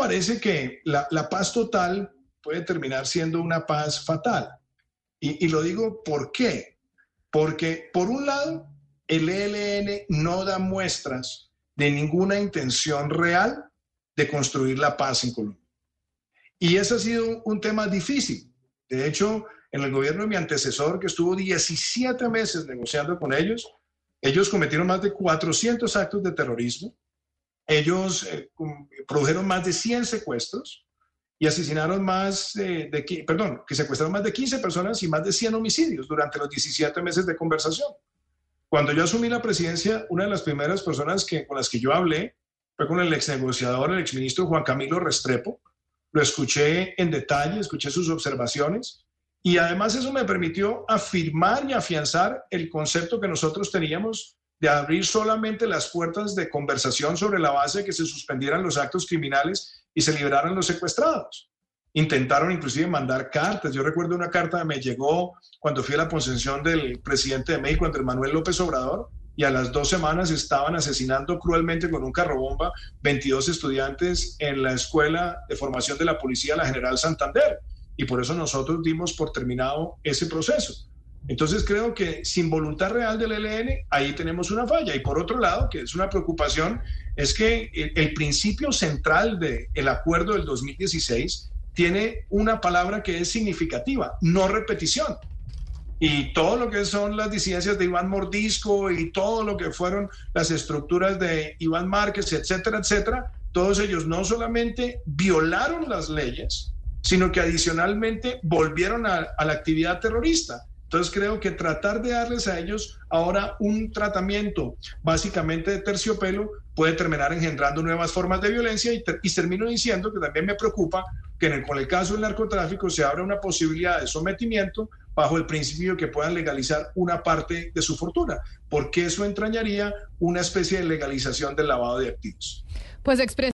parece que la paz total puede terminar siendo una paz fatal. Y lo digo ¿por qué? Porque, por un lado, el ELN no da muestras de ninguna intención real de construir la paz en Colombia. Y ese ha sido un tema difícil. De hecho, en el gobierno de mi antecesor, que estuvo 17 meses negociando con ellos cometieron más de 400 actos de terrorismo, ellos produjeron más de 100 secuestros y asesinaron que secuestraron más de 15 personas y más de 100 homicidios durante los 17 meses de conversación. Cuando yo asumí la presidencia, una de las primeras personas con las que yo hablé fue con el exnegociador, el exministro Juan Camilo Restrepo. Lo escuché en detalle, escuché sus observaciones y además eso me permitió afirmar y afianzar el concepto que nosotros teníamos de abrir solamente las puertas de conversación sobre la base de que se suspendieran los actos criminales y se liberaran los secuestrados. Intentaron inclusive mandar cartas. Yo recuerdo una carta que me llegó cuando fui a la posesión del presidente de México, Andrés Manuel López Obrador, y a las 2 semanas estaban asesinando cruelmente con un carrobomba 22 estudiantes en la Escuela de Formación de la Policía, la General Santander. Y por eso nosotros dimos por terminado ese proceso. Entonces creo que sin voluntad real del ELN, ahí tenemos una falla. Y por otro lado, que es una preocupación, es que el principio central del acuerdo del 2016 tiene una palabra que es significativa: no repetición. Y todo lo que son las disidencias de Iván Mordisco y todo lo que fueron las estructuras de Iván Márquez, etcétera, etcétera, todos ellos no solamente violaron las leyes, sino que adicionalmente volvieron a la actividad terrorista. Entonces creo que tratar de darles a ellos ahora un tratamiento básicamente de terciopelo puede terminar engendrando nuevas formas de violencia y termino diciendo que también me preocupa que con el caso del narcotráfico se abra una posibilidad de sometimiento bajo el principio que puedan legalizar una parte de su fortuna, porque eso entrañaría una especie de legalización del lavado de activos. Pues